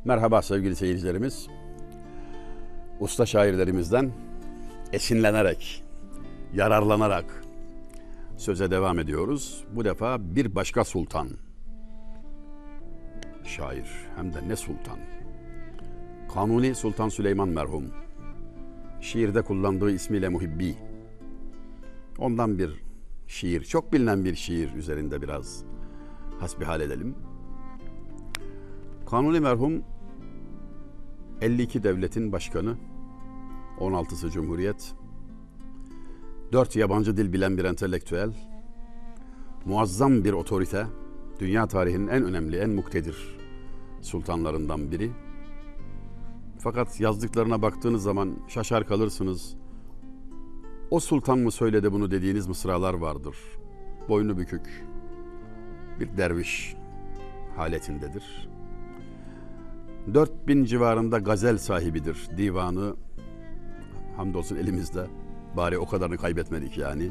Merhaba sevgili seyircilerimiz. Usta şairlerimizden esinlenerek, yararlanarak söze devam ediyoruz. Bu defa bir başka sultan. Şair, hem de ne sultan. Kanuni Sultan Süleyman merhum. Şiirde kullandığı ismiyle Muhibbi. Ondan bir şiir, çok bilinen bir şiir üzerinde biraz hasbihal edelim. Kanuni merhum 52 devletin başkanı, 16'sı Cumhuriyet, 4 yabancı dil bilen bir entelektüel, muazzam bir otorite, dünya tarihinin en önemli, en muktedir sultanlarından biri. Fakat yazdıklarına baktığınız zaman şaşar kalırsınız. O sultan mı söyledi bunu dediğiniz mısralar vardır. Boynu bükük, bir derviş haletindedir. 4000 civarında gazel sahibidir. Divanı hamdolsun elimizde. Bari o kadarını kaybetmedik yani.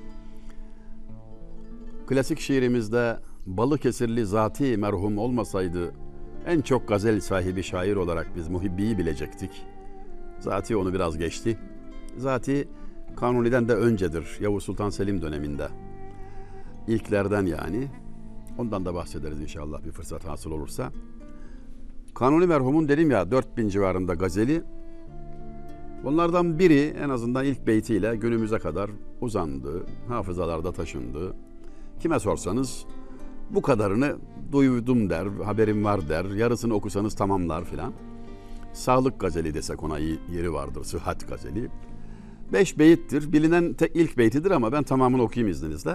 Klasik şiirimizde Balıkesirli Zati merhum olmasaydı en çok gazel sahibi şair olarak biz Muhibbi'yi bilecektik. Zati onu biraz geçti. Zati Kanuni'den de öncedir. Yavuz Sultan Selim döneminde. İlklerden yani. Ondan da bahsederiz inşallah bir fırsat hasıl olursa. Kanuni merhumun dedim ya 4000 civarında gazeli. Bunlardan biri en azından ilk beytiyle günümüze kadar uzandı. Hafızalarda taşındı. Kime sorsanız bu kadarını duydum der, haberim var der. Yarısını okusanız tamamlar filan. Sağlık gazeli desek ona yeri vardır. Sıhhat gazeli. 5 beyittir. Bilinen tek ilk beytidir ama ben tamamını okuyayım izninizle.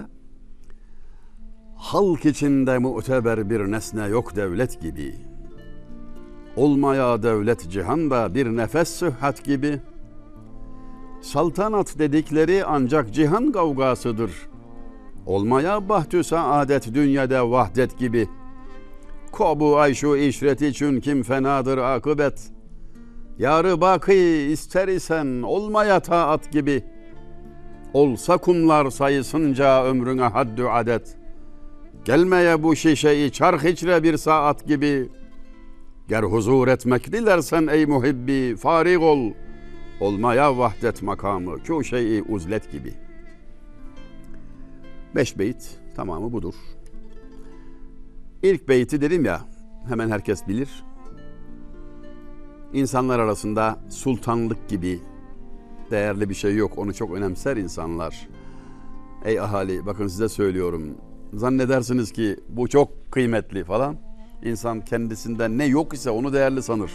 Halk içinde muteber bir nesne yok devlet gibi. Olmaya devlet cihanda bir nefes sıhhat gibi. Saltanat dedikleri ancak cihan kavgasıdır. Olmaya bahtü saadet dünyada vahdet gibi. Kobu ayşu işret için kim fenadır akıbet. Yarı baki ister isen olmaya taat gibi. Olsa kumlar sayısınca ömrüne haddü adet. Gelmeye bu şişeyi çark içre bir saat gibi. Ger huzur etmek dilersen ey muhibbi farig ol. Olmaya vahdet makamı kü şeyi uzlet gibi. 5 beyt tamamı budur. İlk beyti dedim ya hemen herkes bilir. İnsanlar arasında sultanlık gibi değerli bir şey yok. Onu çok önemser insanlar. Ey ahali bakın size söylüyorum. Zannedersiniz ki bu çok kıymetli falan. İnsan kendisinden ne yok ise onu değerli sanır.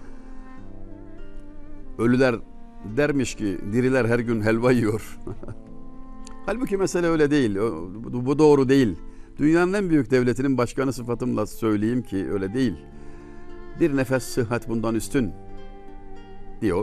Ölüler dermiş ki diriler her gün helva yiyor. Halbuki mesele öyle değil. Bu doğru değil. Dünyanın en büyük devletinin başkanı sıfatımla söyleyeyim ki öyle değil. Bir nefes sıhhat bundan üstün diyor.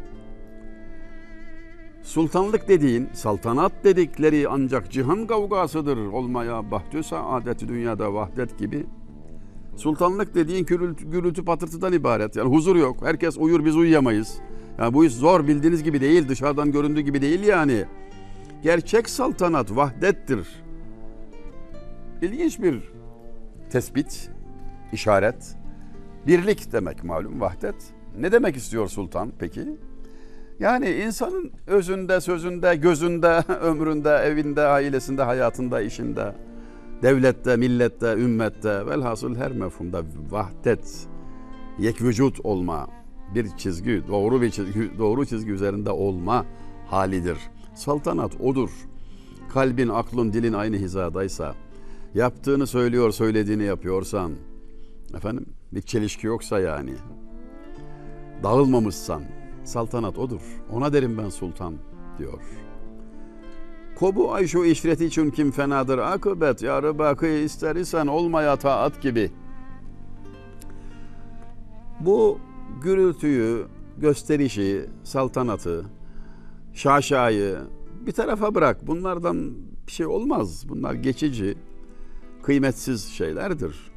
Sultanlık dediğin, saltanat dedikleri ancak cihan kavgasıdır. Olmaya bahtü saadeti dünyada vahdet gibi. Sultanlık dediğin gürültü patırtıdan ibaret. Yani huzur yok. Herkes uyur, biz uyuyamayız. Yani bu iş zor, bildiğiniz gibi değil, dışarıdan göründüğü gibi değil yani. Gerçek saltanat vahdettir. İlginç bir tespit, işaret. Birlik demek malum vahdet. Ne demek istiyor sultan peki? Yani insanın özünde, sözünde, gözünde, ömründe, evinde, ailesinde, hayatında, işinde, devlette, millette, ümmette, velhasıl her mefhumda vahdet, yekvücut olma, bir çizgi, doğru çizgi üzerinde olma halidir. Saltanat odur. Kalbin, aklın, dilin aynı hizadaysa, yaptığını söylüyor, söylediğini yapıyorsan, efendim bir çelişki yoksa yani, dağılmamışsan, saltanat odur. Ona derim ben sultan diyor. Kobu ayşu işreti için kim fenadır akıbet. Yarı baki ister isen olmaya taat gibi. Bu gürültüyü, gösterişi, saltanatı, şaşayı bir tarafa bırak. Bunlardan bir şey olmaz. Bunlar geçici, kıymetsiz şeylerdir.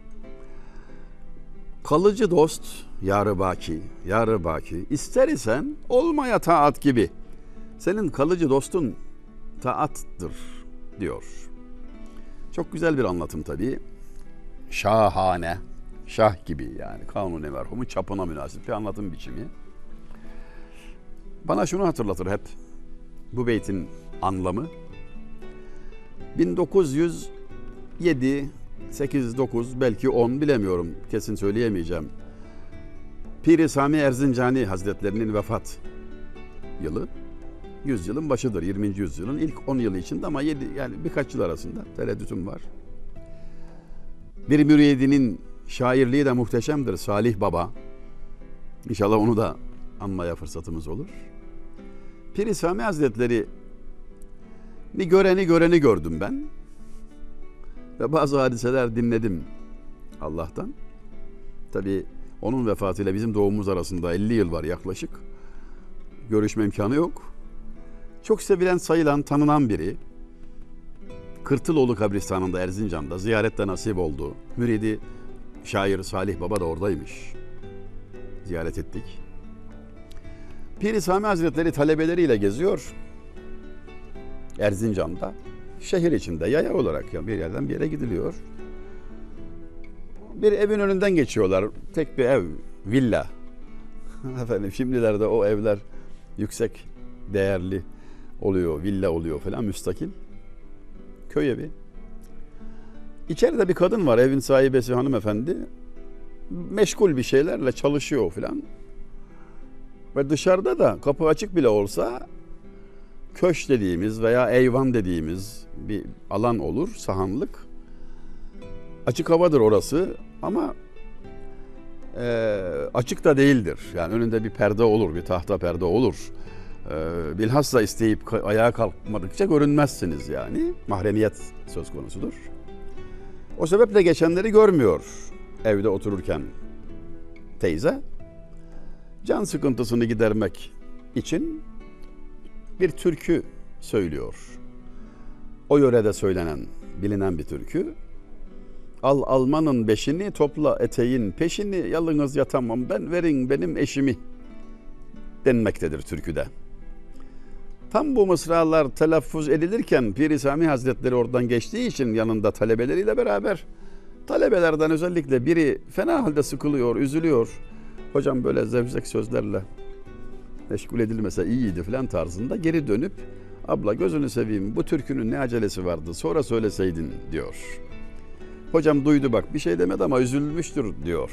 Kalıcı dost, yarı baki. İster isen olmaya taat gibi. Senin kalıcı dostun taattır diyor. Çok güzel bir anlatım tabii. Şahane. şah gibi, yani Kanuni merhumun çapına münasip bir anlatım biçimi. Bana şunu hatırlatır hep bu beytin anlamı. 1907, 8, 9, belki 10, bilemiyorum, kesin söyleyemeyeceğim. Pir-i Sami Erzincani Hazretlerinin vefat yılı. Yüzyılın başıdır, 20. yüzyılın ilk 10 yılı içinde, ama yani birkaç yıl arasında tereddütüm var. Bir müridinin şairliği de muhteşemdir, Salih Baba. İnşallah onu da anmaya fırsatımız olur. Pir-i Sami Hazretleri göreni gördüm ben. Ve bazı hadiseler dinledim Allah'tan. Tabii onun vefatıyla bizim doğumumuz arasında 50 yıl var yaklaşık. Görüşme imkanı yok. Çok sevilen, sayılan, tanınan biri. Kırtıloğlu kabristanında Erzincan'da ziyarette nasip oldu. Müridi şair Salih Baba da oradaymış. Ziyaret ettik. Pir-i Sami Hazretleri talebeleriyle geziyor Erzincan'da. Şehir içinde yaya olarak, ya bir yerden bir yere gidiliyor. Bir evin önünden geçiyorlar. Tek bir ev, villa. Efendim, şimdilerde o evler yüksek değerli oluyor, villa oluyor falan, müstakil. Köy evi. İçeride bir kadın var, evin sahibesi hanımefendi. Meşgul bir şeylerle çalışıyor falan. Ve dışarıda da kapı açık bile olsa köş dediğimiz veya eyvan dediğimiz bir alan olur, sahanlık. Açık havadır orası ama açık da değildir. Yani önünde bir perde olur, bir tahta perde olur. Bilhassa isteyip ayağa kalkmadıkça görünmezsiniz yani. Mahremiyet söz konusudur. O sebeple geçenleri görmüyor evde otururken teyze. Can sıkıntısını gidermek için bir türkü söylüyor. O yörede söylenen, bilinen bir türkü. Al almanın beşini, topla eteğin peşini, yalnız yatamam ben, verin benim eşimi denmektedir türküde. Tam bu mısralar telaffuz edilirken Pir-i Sami Hazretleri oradan geçtiği için yanında talebeleriyle beraber, talebelerden özellikle biri fena halde sıkılıyor, üzülüyor. Hocam böyle zevzek sözlerle meşgul edilmese iyiydi falan tarzında geri dönüp, abla gözünü seveyim bu türkünün ne acelesi vardı, sonra söyleseydin diyor. Hocam duydu bak, bir şey demedi ama üzülmüştür diyor.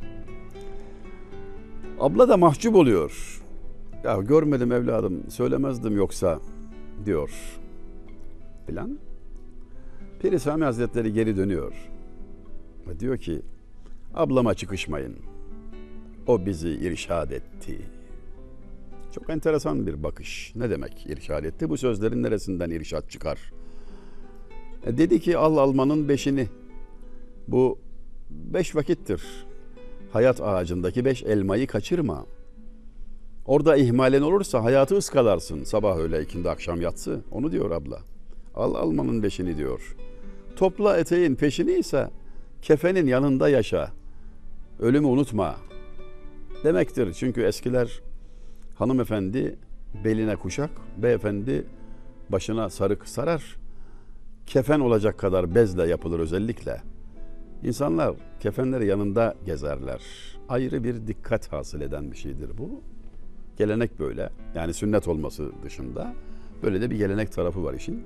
Abla da mahcup oluyor. Ya görmedim evladım, söylemezdim yoksa diyor filan. Pir-i Sami Hazretleri geri dönüyor ve diyor ki, ablama çıkışmayın, o bizi irşad etti. Çok enteresan bir bakış. Ne demek irşad etti? Bu sözlerin neresinden irşad çıkar? Dedi ki al almanın beşini. Bu 5 vakittir. Hayat ağacındaki 5 elmayı kaçırma. Orada ihmalen olursa hayatı ıskalarsın. Sabah öğle ikindi akşam yatsı. Onu diyor abla. Al almanın beşini diyor. Topla eteğin peşini ise kefenin yanında yaşa. Ölümü unutma demektir. Çünkü eskiler hanımefendi beline kuşak, beyefendi başına sarık sarar. Kefen olacak kadar bezle yapılır özellikle. İnsanlar kefenleri yanında gezerler. Ayrı bir dikkat hasıl eden bir şeydir bu. Gelenek böyle. Yani sünnet olması dışında böyle de bir gelenek tarafı var işin.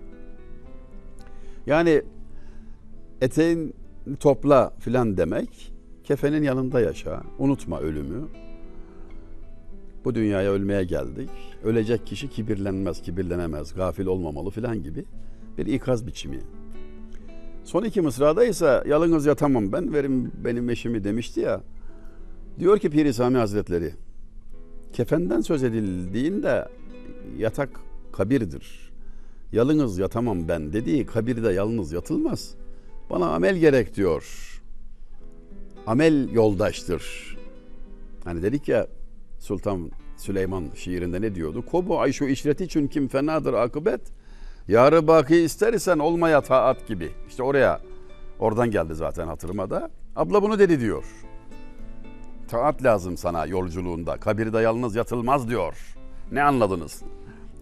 Yani eteğin topla filan demek, kefenin yanında yaşa, unutma ölümü. Bu dünyaya ölmeye geldik. Ölecek kişi kibirlenmez, kibirlenemez, gafil olmamalı filan gibi bir ikaz biçimi. Son iki mısrada ise yalnız yatamam ben, verin benim eşimi demişti ya. Diyor ki Pir-i Sami Hazretleri, kefenden söz edildiğinde yatak kabirdir. Yalnız yatamam ben dediği kabirde yalnız yatılmaz. Bana amel gerek diyor. Amel yoldaştır. Hani dedik ya Sultan Süleyman şiirinde ne diyordu? Kobu ayşu işreti için kim fenadır akıbet. Yarı baki istersen olmaya taat gibi. İşte oradan geldi zaten hatırıma da. Abla bunu dedi diyor. Taat lazım sana yolculuğunda. Kabirde yalnız yatılmaz diyor. Ne anladınız?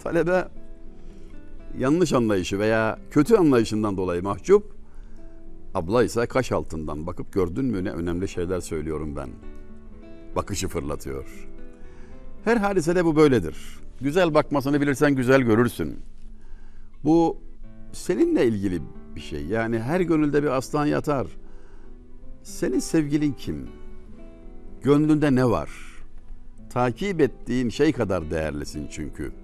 Talebe yanlış anlayışı veya kötü anlayışından dolayı mahcup. Abla ise kaş altından bakıp gördün mü ne önemli şeyler söylüyorum ben. Bakışı fırlatıyor. Her hadisede bu böyledir. Güzel bakmasını bilirsen güzel görürsün. Bu seninle ilgili bir şey. Yani her gönülde bir aslan yatar. Senin sevgilin kim? Gönlünde ne var? Takip ettiğin şey kadar değerlisin çünkü.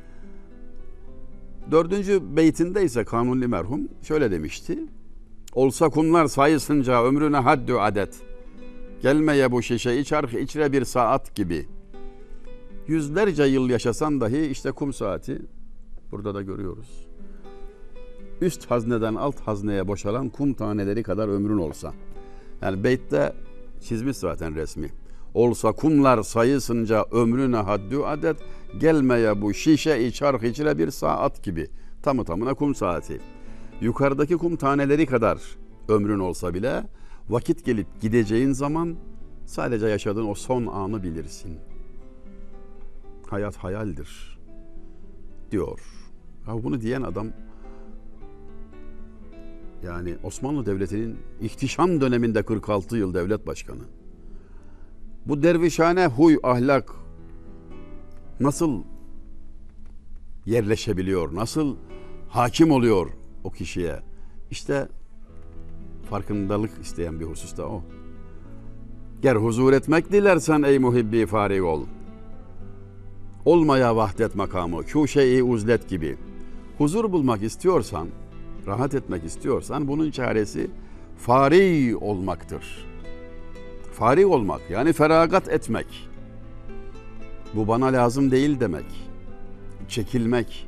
4. beytinde ise Kanuni merhum şöyle demişti. Olsa kumlar sayısınca ömrüne haddü adet. Gelmeye bu şişeyi çark içre bir saat gibi. Yüzlerce yıl yaşasan dahi işte kum saati burada da görüyoruz. Üst hazneden alt hazneye boşalan kum taneleri kadar ömrün olsa. Yani beytte çizmiş zaten resmi. Olsa kumlar sayısınca ömrüne haddü adet, gelmeye bu şişe çark içre bir saat gibi. Tamı tamına kum saati. Yukarıdaki kum taneleri kadar ömrün olsa bile vakit gelip gideceğin zaman sadece yaşadığın o son anı bilirsin. Hayat hayaldir diyor. Ya bunu diyen adam yani Osmanlı Devleti'nin ihtişam döneminde 46 yıl devlet başkanı. Bu dervişhane huy, ahlak nasıl yerleşebiliyor, nasıl hakim oluyor o kişiye? İşte farkındalık isteyen bir husus da o. Ger huzur etmek dilersen ey muhibbi farig ol. Olmaya vahdet makamı, kû şey'i uzlet gibi. Huzur bulmak istiyorsan, rahat etmek istiyorsan bunun çaresi fari olmaktır. Fari olmak yani feragat etmek. Bu bana lazım değil demek. Çekilmek.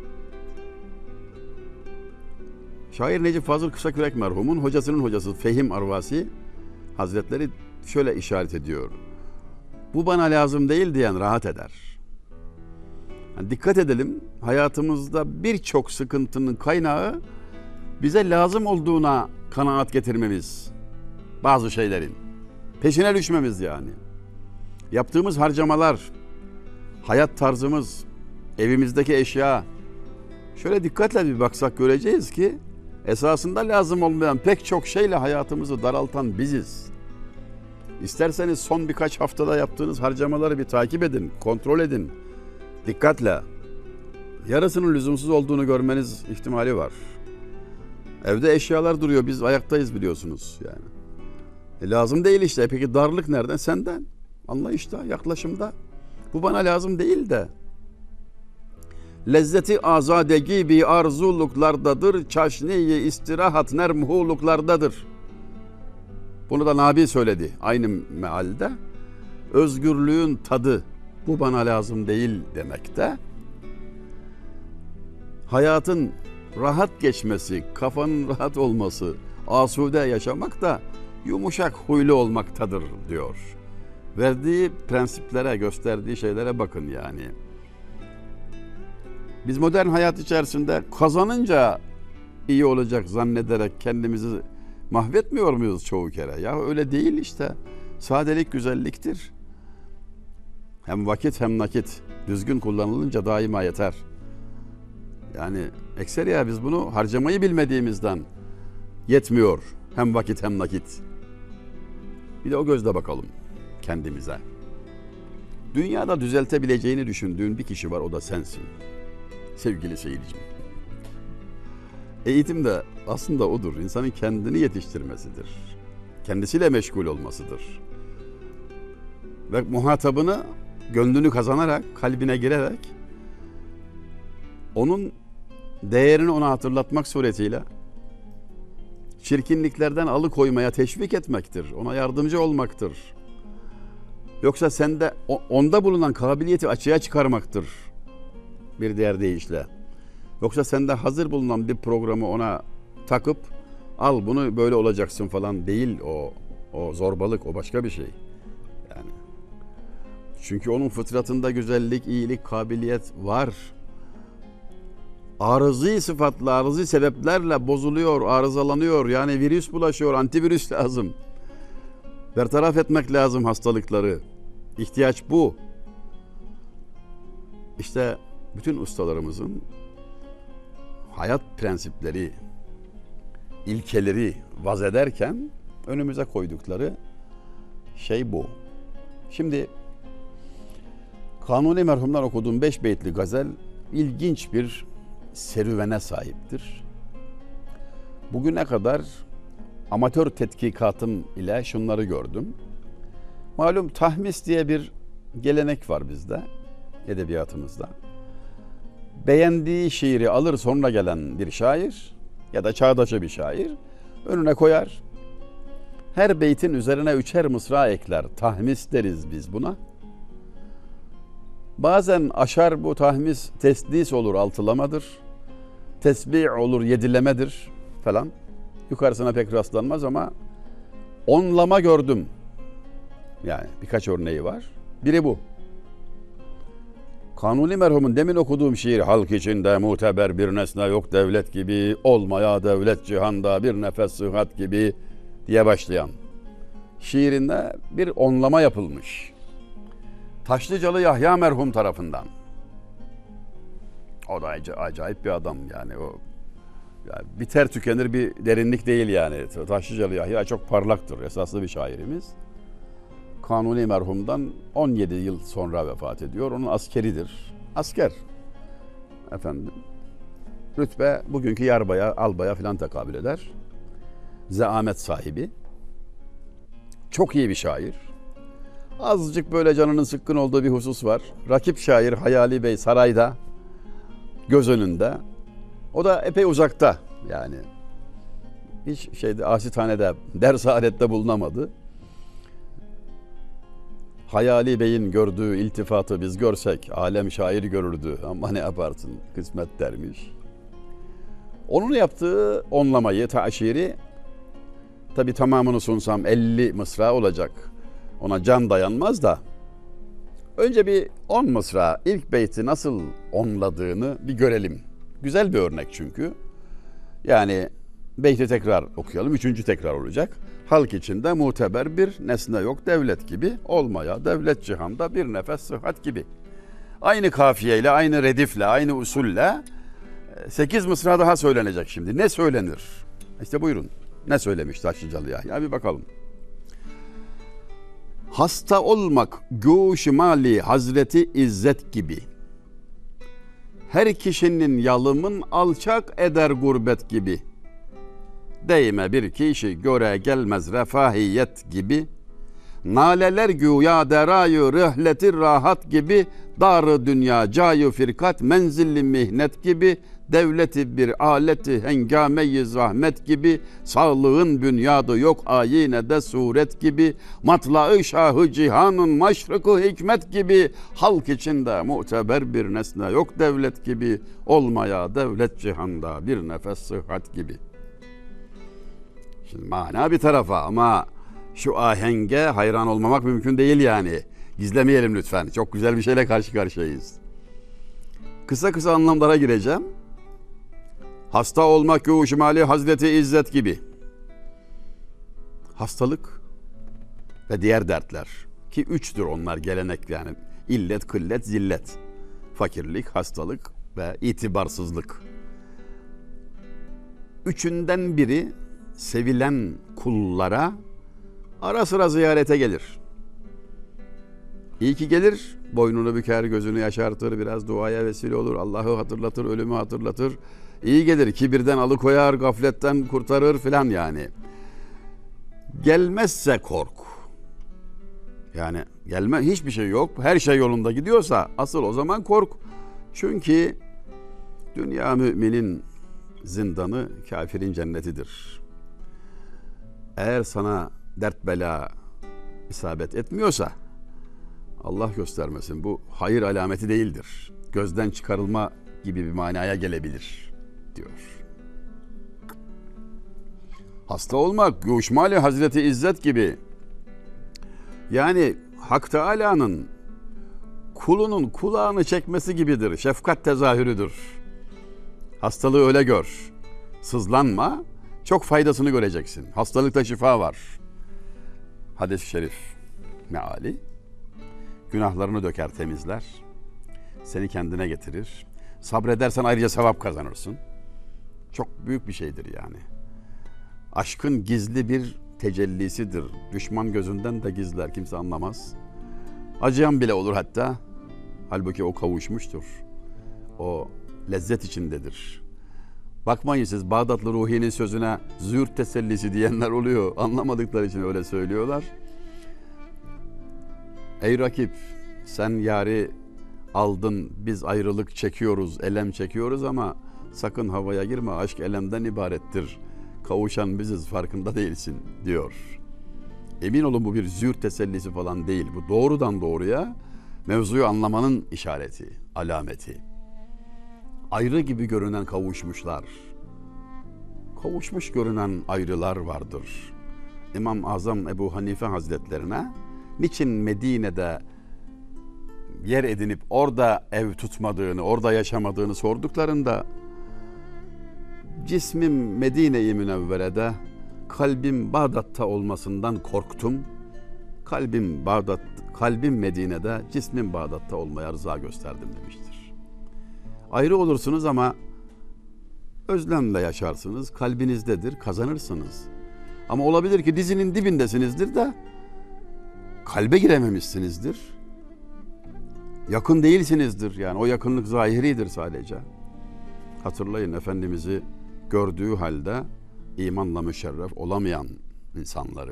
Şair Necip Fazıl Kısakürek merhumun hocasının hocası Fehim Arvasi Hazretleri şöyle işaret ediyor. Bu bana lazım değil diyen rahat eder. Yani dikkat edelim, hayatımızda birçok sıkıntının kaynağı bize lazım olduğuna kanaat getirmemiz. Bazı şeylerin. Peşine düşmemiz yani. Yaptığımız harcamalar, hayat tarzımız, evimizdeki eşya. Şöyle dikkatle bir baksak göreceğiz ki esasında lazım olmayan pek çok şeyle hayatımızı daraltan biziz. İsterseniz son birkaç haftada yaptığınız harcamaları bir takip edin, kontrol edin. Dikkatle. Yarısının lüzumsuz olduğunu görmeniz ihtimali var. Evde eşyalar duruyor, biz ayaktayız biliyorsunuz yani. Lazım değil işte. Peki darlık nereden? Senden. Anlayışta, yaklaşımda. Bu bana lazım değil de. Lezzeti azadegi bi arzuluklardadır. Çaşniyi istirahat nermuhuluklardadır. Bunu da Nabi söyledi aynı mealde. Özgürlüğün tadı bu bana lazım değil demekte. Hayatın rahat geçmesi, kafanın rahat olması, asude yaşamak da yumuşak huylu olmaktadır diyor. Verdiği prensiplere, gösterdiği şeylere bakın yani. Biz modern hayat içerisinde kazanınca iyi olacak zannederek kendimizi mahvetmiyor muyuz çoğu kere? Ya öyle değil işte. Sadelik güzelliktir. Hem vakit hem nakit düzgün kullanılınca daima yeter. Yani ekseriya biz bunu harcamayı bilmediğimizden yetmiyor. Hem vakit hem nakit. Bir de o gözle bakalım kendimize. Dünyada düzeltebileceğini düşündüğün bir kişi var, o da sensin. Sevgili seyircim. Eğitim de aslında odur. İnsanın kendini yetiştirmesidir. Kendisiyle meşgul olmasıdır. Ve muhatabını gönlünü kazanarak, kalbine girerek onun değerini ona hatırlatmak suretiyle çirkinliklerden alıkoymaya teşvik etmektir. Ona yardımcı olmaktır. Yoksa sende onda bulunan kabiliyeti açığa çıkarmaktır. Bir diğer deyişle. Yoksa sende hazır bulunan bir programı ona takıp al bunu böyle olacaksın falan değil, o zorbalık, o başka bir şey. Yani. Çünkü onun fıtratında güzellik, iyilik, kabiliyet var. Arızi sıfatla, arızi sebeplerle bozuluyor, arızalanıyor. Yani virüs bulaşıyor, antivirüs lazım. Bertaraf etmek lazım hastalıkları. İhtiyaç bu. İşte bütün ustalarımızın hayat prensipleri, ilkeleri vaz ederken önümüze koydukları şey bu. Şimdi Kanuni merhumdan okuduğum 5 beytli gazel ilginç bir serüvene sahiptir. Bugüne kadar amatör tetkikatım ile şunları gördüm. Malum tahmis diye bir gelenek var bizde, edebiyatımızda. Beğendiği şiiri alır sonra gelen bir şair ya da çağdaşı bir şair önüne koyar. Her beytin üzerine 3'er mısra ekler. Tahmis deriz biz buna. Bazen aşar bu tahmis, tesdis olur, altılamadır. Tesbih olur, yedilemedir falan. Yukarısına pek rastlanmaz ama onlama gördüm. Yani birkaç örneği var. Biri bu. Kanuni merhumun demin okuduğum şiir, halk içinde muteber bir nesne yok devlet gibi, olmaya devlet cihanda bir nefes sıhhat gibi diye başlayan şiirinde bir onlama yapılmış. Taşlıcalı Yahya merhum tarafından. O da acayip bir adam yani o. Yani biter tükenir bir derinlik değil yani. Taşlıcalı Yahya çok parlaktır, esaslı bir şairimiz. Kanuni merhumdan 17 yıl sonra vefat ediyor. Onun askeridir. Asker. Efendim. Rütbe bugünkü yarbaya, albaya filan tekabül eder. Zaamet sahibi. Çok iyi bir şair. Azıcık böyle canının sıkkın olduğu bir husus var. Rakip şair Hayali Bey sarayda, göz önünde. O da epey uzakta yani. Hiç asithanede, dershanede bulunamadı. Hayali Bey'in gördüğü iltifatı biz görsek alem şair görürdü ama ne yaparsın kısmet dermiş. Onun yaptığı onlamayı, taşiri tabi tamamını sunsam 50 mısra olacak. Ona can dayanmaz da önce bir 10 mısra ilk beyti nasıl onladığını bir görelim. Güzel bir örnek çünkü. Yani beyti tekrar okuyalım. 3. tekrar olacak. Halk içinde muteber bir nesne yok devlet gibi, olmaya devlet cihanda bir nefes sıhhat gibi. Aynı kafiyeyle, aynı redifle, aynı usulle 8 mısra daha söylenecek şimdi. Ne söylenir? İşte buyurun. Ne söylemiş Taşlıcalı Yahya? Bir bakalım. Hasta olmak gûş mali Hazreti İzzet gibi. Her kişinin yalımın alçak eder gurbet gibi. Değme bir kişi göre gelmez refahiyet gibi. Naleler güya derayı rıhleti rahat gibi. Darı dünya cayı firkat menzilli mihnet gibi. Devleti bir aleti hengame-i zahmet gibi. Sağlığın bünyadı yok ayine de suret gibi. Matla-ı şahı cihanın maşrıkı hikmet gibi. Halk içinde muteber bir nesne yok devlet gibi. Olmaya devlet cihanda bir nefes sıhhat gibi. Şimdi mana bir tarafa ama şu ahenge hayran olmamak mümkün değil yani. Gizlemeyelim lütfen. Çok güzel bir şeyle karşı karşıyayız. Kısa kısa anlamlara gireceğim. Hasta olmak gûşmali Hazreti İzzet gibi. Hastalık ve diğer dertler ki 3'tür onlar gelenek yani. İllet, kıllet, zillet. Fakirlik, hastalık ve itibarsızlık. Üçünden biri sevilen kullara ara sıra ziyarete gelir. İyi ki gelir, boynunu büker, gözünü yaşartır, biraz duaya vesile olur, Allah'ı hatırlatır, ölümü hatırlatır. İyi gelir, kibirden alıkoyar, gafletten kurtarır filan yani. Gelmezse kork. Yani hiçbir şey yok, her şey yolunda gidiyorsa asıl o zaman kork. Çünkü dünya müminin zindanı, kafirin cennetidir. Eğer sana dert bela isabet etmiyorsa Allah göstermesin bu hayır alameti değildir. Gözden çıkarılma gibi bir manaya gelebilir diyor. Hasta olmak gûşmali Hazreti İzzet gibi. Yani Hak Teâlâ'nın kulunun kulağını çekmesi gibidir. Şefkat tezahürüdür. Hastalığı öyle gör. Sızlanma. Çok faydasını göreceksin. Hastalıkta şifa var. Hadis-i şerif meali. Günahlarını döker, temizler. Seni kendine getirir. Sabredersen ayrıca sevap kazanırsın. Çok büyük bir şeydir yani. aşkın gizli bir tecellisidir. Düşman gözünden de gizler, kimse anlamaz. Acıyan bile olur hatta. Halbuki o kavuşmuştur. O lezzet içindedir. Bakmayın siz Bağdatlı Ruhi'nin sözüne züğürt tesellisi diyenler oluyor. Anlamadıkları için öyle söylüyorlar. Ey rakip, sen yari aldın, biz ayrılık çekiyoruz, elem çekiyoruz ama sakın havaya girme, aşk elemden ibarettir. Kavuşan biziz, farkında değilsin diyor. Emin olun bu bir züğürt tesellisi falan değil. Bu doğrudan doğruya mevzuyu anlamanın işareti, alameti. Ayrı gibi görünen kavuşmuşlar. Kavuşmuş görünen ayrılar vardır. İmam-ı Azam Ebu Hanife Hazretlerine niçin Medine'de yer edinip orada ev tutmadığını, orada yaşamadığını sorduklarında cismim Medine-i Münevvere'de, kalbim Bağdat'ta olmasından korktum. Kalbim Medine'de, cismim Bağdat'ta olmaya rıza gösterdim demiştir. Ayrı olursunuz ama özlemle yaşarsınız, kalbinizdedir, kazanırsınız. Ama olabilir ki dizinin dibindesinizdir de kalbe girememişsinizdir. Yakın değilsinizdir, yani o yakınlık zahiridir sadece. Hatırlayın Efendimiz'i gördüğü halde imanla müşerref olamayan insanları.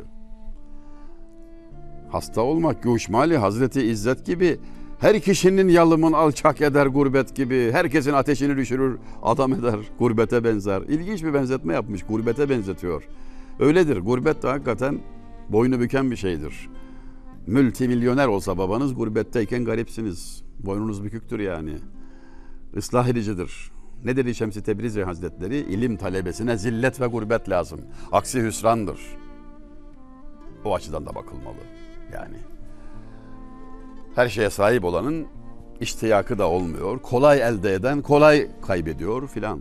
Hasta olmak göçmali Hazreti İzzet gibi, her kişinin yalımın alçak eder gurbet gibi, herkesin ateşini düşürür, adam eder, gurbete benzer. İlginç bir benzetme yapmış, gurbete benzetiyor. Öyledir, gurbet de hakikaten boynu büken bir şeydir. Multimilyoner olsa babanız, gurbetteyken garipsiniz. Boynunuz büküktür yani. Islah edicidir. Ne dedi Şems-i Tebrizi Hazretleri? İlim talebesine zillet ve gurbet lazım. Aksi hüsrandır. O açıdan da bakılmalı. Yani her şeye sahip olanın iştiyakı da olmuyor. Kolay elde eden kolay kaybediyor filan.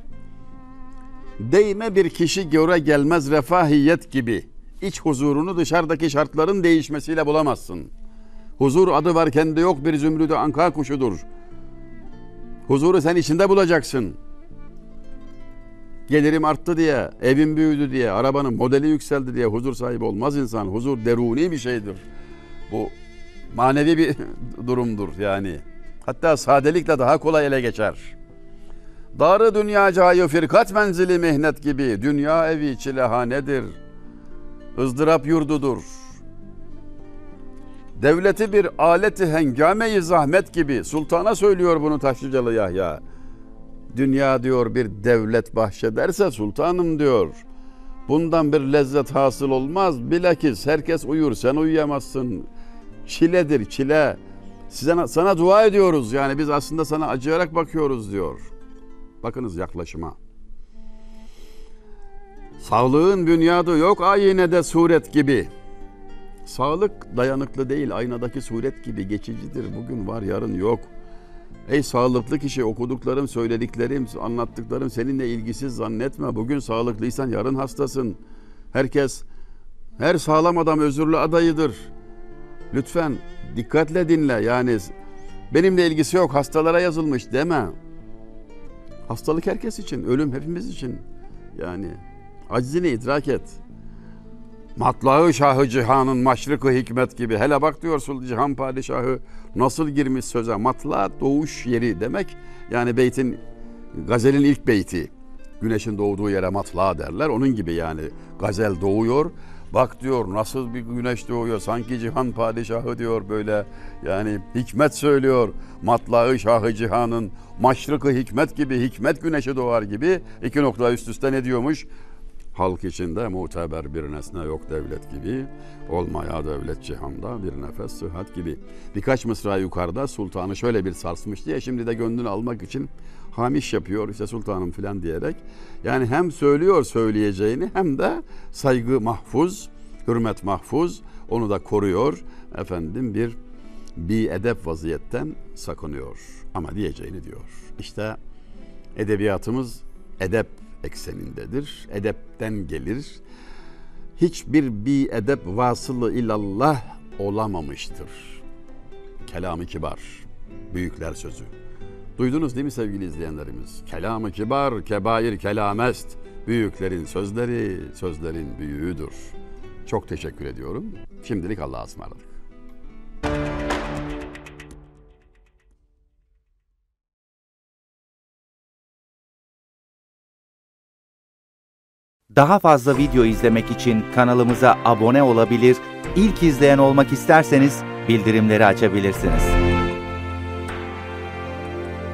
Değme bir kişi göre gelmez refahiyet gibi. İç huzurunu dışarıdaki şartların değişmesiyle bulamazsın. Huzur adı varken de yok bir zümrüdü anka kuşudur. Huzuru sen içinde bulacaksın. Gelirim arttı diye, evim büyüdü diye, arabanın modeli yükseldi diye huzur sahibi olmaz insan. Huzur deruni bir şeydir. Bu manevi bir durumdur yani. Hatta sadelikle daha kolay ele geçer. Darı dünya cayı firkat menzili mihnet gibi, dünya evi çilehanedir. ızdırap yurdudur. Devleti bir aleti hengame-i zahmet gibi. Sultana söylüyor bunu Taşlıcalı Yahya. Dünya diyor bir devlet bahşederse sultanım diyor. Bundan bir lezzet hasıl olmaz. Bilakis herkes uyur, sen uyuyamazsın. Çiledir, çile. Sana dua ediyoruz. Yani biz aslında sana acıyarak bakıyoruz diyor. Bakınız yaklaşıma. Sağlığın bünyadı yok aynede suret gibi. Sağlık dayanıklı değil, aynadaki suret gibi geçicidir. Bugün var, yarın yok. Ey sağlıklı kişi, okuduklarım, söylediklerim, anlattıklarım seninle ilgisiz zannetme. Bugün sağlıklıysan yarın hastasın. Her sağlam adam özürlü adayıdır. Lütfen dikkatle dinle. Yani benimle ilgisi yok, hastalara yazılmış deme. Hastalık herkes için, ölüm hepimiz için. Yani aczini idrak et. Matlağı Şahı Cihan'ın maşrıkı hikmet gibi. Hele bak diyor Cihan Padişahı nasıl girmiş söze. Matla doğuş yeri demek. Yani beytin, gazelin ilk beyti. Güneşin doğduğu yere matla derler. Onun gibi yani gazel doğuyor. Bak diyor nasıl bir güneş doğuyor. Sanki Cihan Padişahı diyor böyle. Yani hikmet söylüyor. Matlağı Şahı Cihan'ın maşrıkı hikmet gibi. Hikmet güneşi doğar gibi. 2 nokta üst üste ne diyormuş? Halk içinde muteber bir nesne yok devlet gibi, olmaya devlet cihanda bir nefes sıhhat gibi. Birkaç mısra yukarıda sultanı şöyle bir sarsmış diye şimdi de gönlünü almak için hamiş yapıyor işte sultanım filan diyerek. Yani hem söylüyor söyleyeceğini hem de saygı mahfuz, hürmet mahfuz, onu da koruyor. Efendim bir edep vaziyetten sakınıyor ama diyeceğini diyor. İşte edebiyatımız edep eksenindedir. Edepten gelir. Hiçbir edep vasılı ilallah olamamıştır. Kelam-ı kibar. Büyükler sözü. Duydunuz değil mi sevgili izleyenlerimiz? Kelam-ı kibar, kebair kelamest. Büyüklerin sözleri, sözlerin büyüğüdür. Çok teşekkür ediyorum. Şimdilik Allah'a ısmarladık. Daha fazla video izlemek için kanalımıza abone olabilir, ilk izleyen olmak isterseniz bildirimleri açabilirsiniz.